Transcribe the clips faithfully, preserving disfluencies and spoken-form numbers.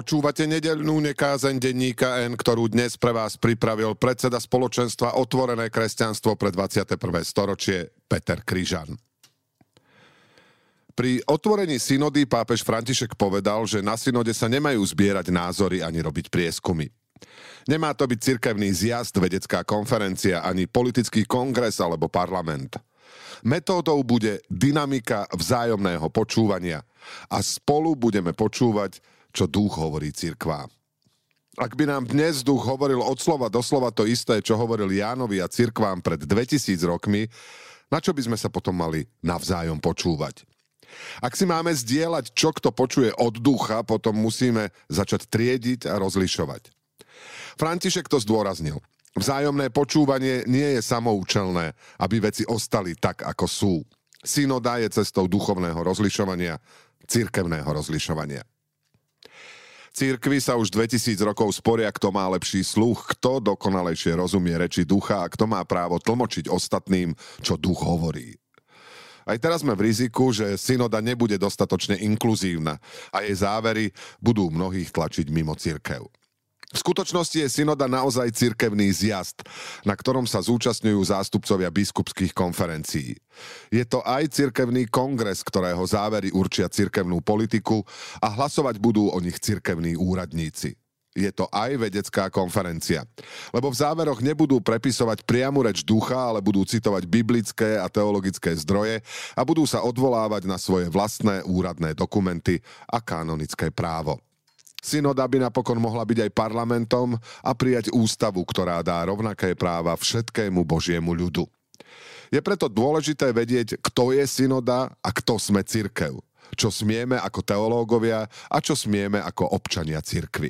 Počúvate nedeľnú nekázeň denníka N, ktorú dnes pre vás pripravil predseda spoločenstva Otvorené kresťanstvo pre dvadsiate prvé storočie Peter Kryžan. Pri otvorení synody pápež František povedal, že na synode sa nemajú zbierať názory ani robiť prieskumy. Nemá to byť cirkevný zjazd, vedecká konferencia, ani politický kongres alebo parlament. Metódou bude dynamika vzájomného počúvania a spolu budeme počúvať, čo duch hovorí cirkvám. Ak by nám dnes duch hovoril od slova do slova to isté, čo hovoril Jánovi a cirkvám pred dvetisíc rokmi, na čo by sme sa potom mali navzájom počúvať? Ak si máme zdieľať, čo kto počuje od ducha, potom musíme začať triediť a rozlišovať. František to zdôraznil. Vzájomné počúvanie nie je samoučelné, aby veci ostali tak, ako sú. Synoda je cestou duchovného rozlišovania, cirkevného rozlišovania. Cirkvi sa už dvetisíc rokov sporia, kto má lepší sluch, kto dokonalejšie rozumie reči ducha a kto má právo tlmočiť ostatným, čo duch hovorí. Aj teraz sme v riziku, že synoda nebude dostatočne inkluzívna a jej závery budú mnohých tlačiť mimo cirkev. V skutočnosti je synoda naozaj cirkevný zjazd, na ktorom sa zúčastňujú zástupcovia biskupských konferencií. Je to aj cirkevný kongres, ktorého závery určia cirkevnú politiku a hlasovať budú o nich cirkevní úradníci. Je to aj vedecká konferencia, lebo v záveroch nebudú prepisovať priamu reč ducha, ale budú citovať biblické a teologické zdroje a budú sa odvolávať na svoje vlastné úradné dokumenty a kanonické právo. Synoda by napokon mohla byť aj parlamentom a prijať ústavu, ktorá dá rovnaké práva všetkému Božiemu ľudu. Je preto dôležité vedieť, kto je synoda a kto sme cirkev, čo smieme ako teológovia a čo smieme ako občania cirkvi.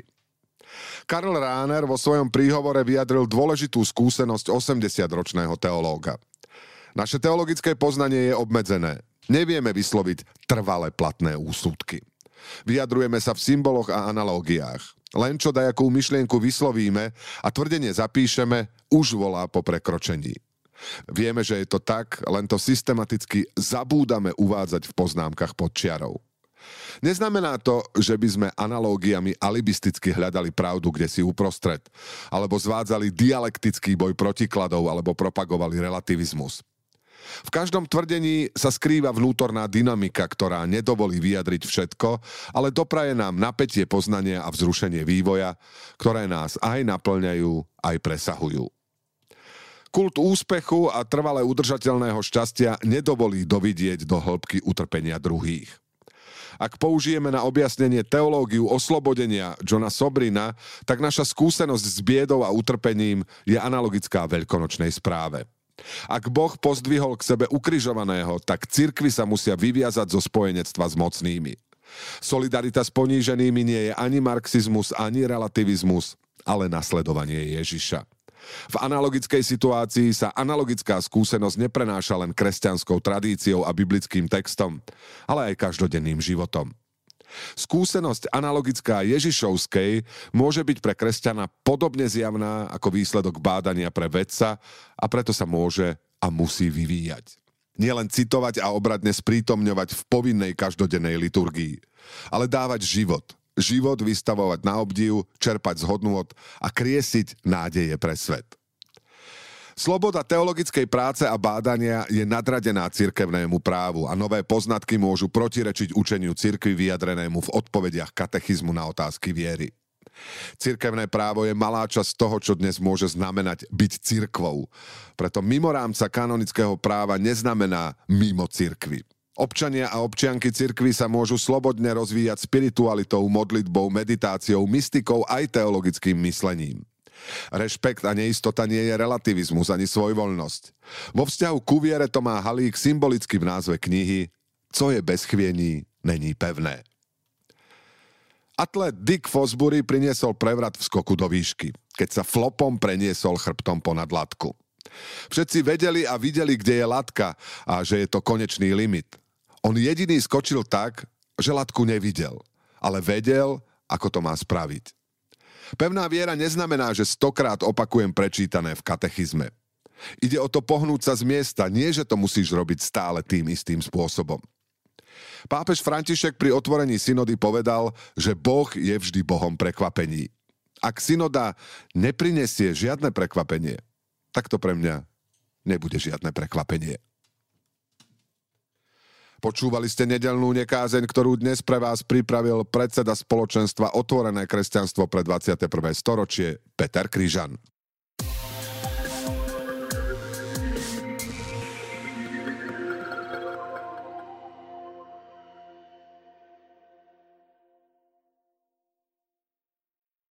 Karl Rahner vo svojom príhovore vyjadril dôležitú skúsenosť osemdesiatročného teológa. Naše teologické poznanie je obmedzené. Nevieme vysloviť trvale platné úsudky. Vyjadrujeme sa v symboloch a analógiách. Len čo dajakú myšlienku vyslovíme a tvrdenie zapíšeme, už volá po prekročení. Vieme, že je to tak, len to systematicky zabúdame uvádzať v poznámkach pod čiarou. Neznamená to, že by sme analógiami alibisticky hľadali pravdu kdesi uprostred, alebo zvádzali dialektický boj protikladov, alebo propagovali relativizmus. V každom tvrdení sa skrýva vnútorná dynamika, ktorá nedovolí vyjadriť všetko, ale dopraje nám napätie poznania a vzrušenie vývoja, ktoré nás aj naplňajú, aj presahujú. Kult úspechu a trvale udržateľného šťastia nedovolí dovidieť do hĺbky utrpenia druhých. Ak použijeme na objasnenie teológiu oslobodenia Johna Sobrina, tak naša skúsenosť s biedou a utrpením je analogická veľkonočnej správe. Ak Boh pozdvihol k sebe ukrižovaného, tak cirkvi sa musia vyviazať zo spojenectva s mocnými. Solidarita s poníženými nie je ani marxizmus, ani relativizmus, ale nasledovanie Ježiša. V analogickej situácii sa analogická skúsenosť neprenáša len kresťanskou tradíciou a biblickým textom, ale aj každodenným životom. Skúsenosť analogická Ježišovskej môže byť pre kresťana podobne zjavná ako výsledok bádania pre vedca a preto sa môže a musí vyvíjať. Nielen citovať a obradne sprítomňovať v povinnej každodennej liturgii, ale dávať život. Život vystavovať na obdiv, čerpať z hodnôt a kriesiť nádeje pre svet. Sloboda teologickej práce a bádania je nadradená cirkevnému právu a nové poznatky môžu protirečiť učeniu cirkvi vyjadrenému v odpovediach katechizmu na otázky viery. Cirkevné právo je malá časť toho, čo dnes môže znamenať byť cirkvou. Preto mimo rámca kanonického práva neznamená mimo cirkvi. Občania a občianky cirkvi sa môžu slobodne rozvíjať spiritualitou, modlitbou, meditáciou, mystikou aj teologickým myslením. Rešpekt a neistota nie je relativizmus ani svojvoľnosť. Vo vzťahu ku viere to má Halík symbolicky v názve knihy Co je bez chviení, není pevné. Atlet Dick Fosbury priniesol prevrat v skoku do výšky, keď sa flopom preniesol chrbtom ponad latku. Všetci vedeli a videli, kde je latka a že je to konečný limit. On jediný skočil tak, že latku nevidel, ale vedel, ako to má spraviť. Pevná viera neznamená, že stokrát opakujem prečítané v katechizme. Ide o to pohnúť sa z miesta, nie že to musíš robiť stále tým istým spôsobom. Pápež František pri otvorení synody povedal, že Boh je vždy Bohom prekvapení. Ak synoda neprinesie žiadne prekvapenie, tak to pre mňa nebude žiadne prekvapenie. Počúvali ste nedeľnú nekázeň, ktorú dnes pre vás pripravil predseda spoločenstva Otvorené kresťanstvo pre dvadsiate prvé storočie Peter Kryžan.